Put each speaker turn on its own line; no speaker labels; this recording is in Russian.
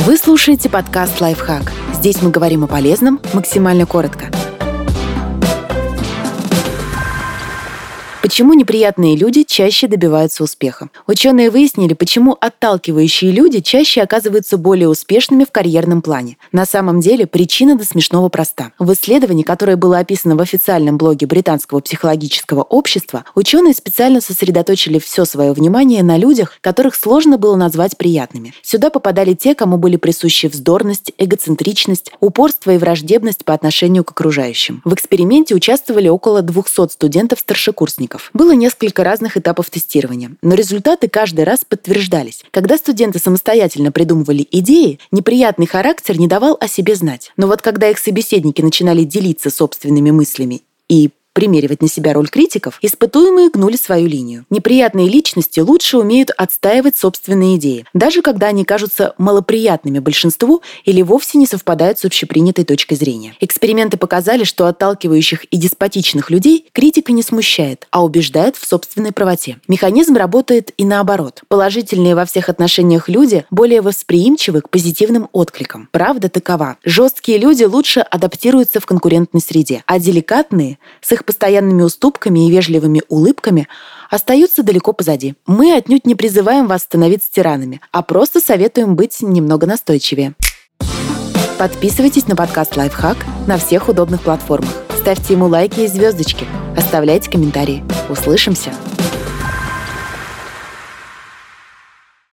Вы слушаете подкаст «Лайфхак». Здесь мы говорим о полезном максимально коротко. Почему неприятные люди чаще добиваются успеха? Ученые выяснили, почему отталкивающие люди чаще оказываются более успешными в карьерном плане. На самом деле причина до смешного проста. В исследовании, которое было описано в официальном блоге Британского психологического общества, ученые специально сосредоточили все свое внимание на людях, которых сложно было назвать приятными. Сюда попадали те, кому были присущи вздорность, эгоцентричность, упорство и враждебность по отношению к окружающим. В эксперименте участвовали около 200 студентов-старшекурсников. Было несколько разных этапов тестирования, но результаты каждый раз подтверждались. Когда студенты самостоятельно придумывали идеи, неприятный характер не давал о себе знать. Но вот когда их собеседники начинали делиться собственными мыслями и примеривать на себя роль критиков, испытуемые гнули свою линию. Неприятные личности лучше умеют отстаивать собственные идеи, даже когда они кажутся малоприятными большинству или вовсе не совпадают с общепринятой точкой зрения. Эксперименты показали, что отталкивающих и деспотичных людей критика не смущает, а убеждает в собственной правоте. Механизм работает и наоборот. Положительные во всех отношениях люди более восприимчивы к позитивным откликам. Правда такова: жесткие люди лучше адаптируются в конкурентной среде, а деликатные с их постоянными уступками и вежливыми улыбками остаются далеко позади. Мы отнюдь не призываем вас становиться тиранами, а просто советуем быть немного настойчивее. Подписывайтесь на подкаст «Лайфхак» на всех удобных платформах. Ставьте ему лайки и звездочки. Оставляйте комментарии. Услышимся!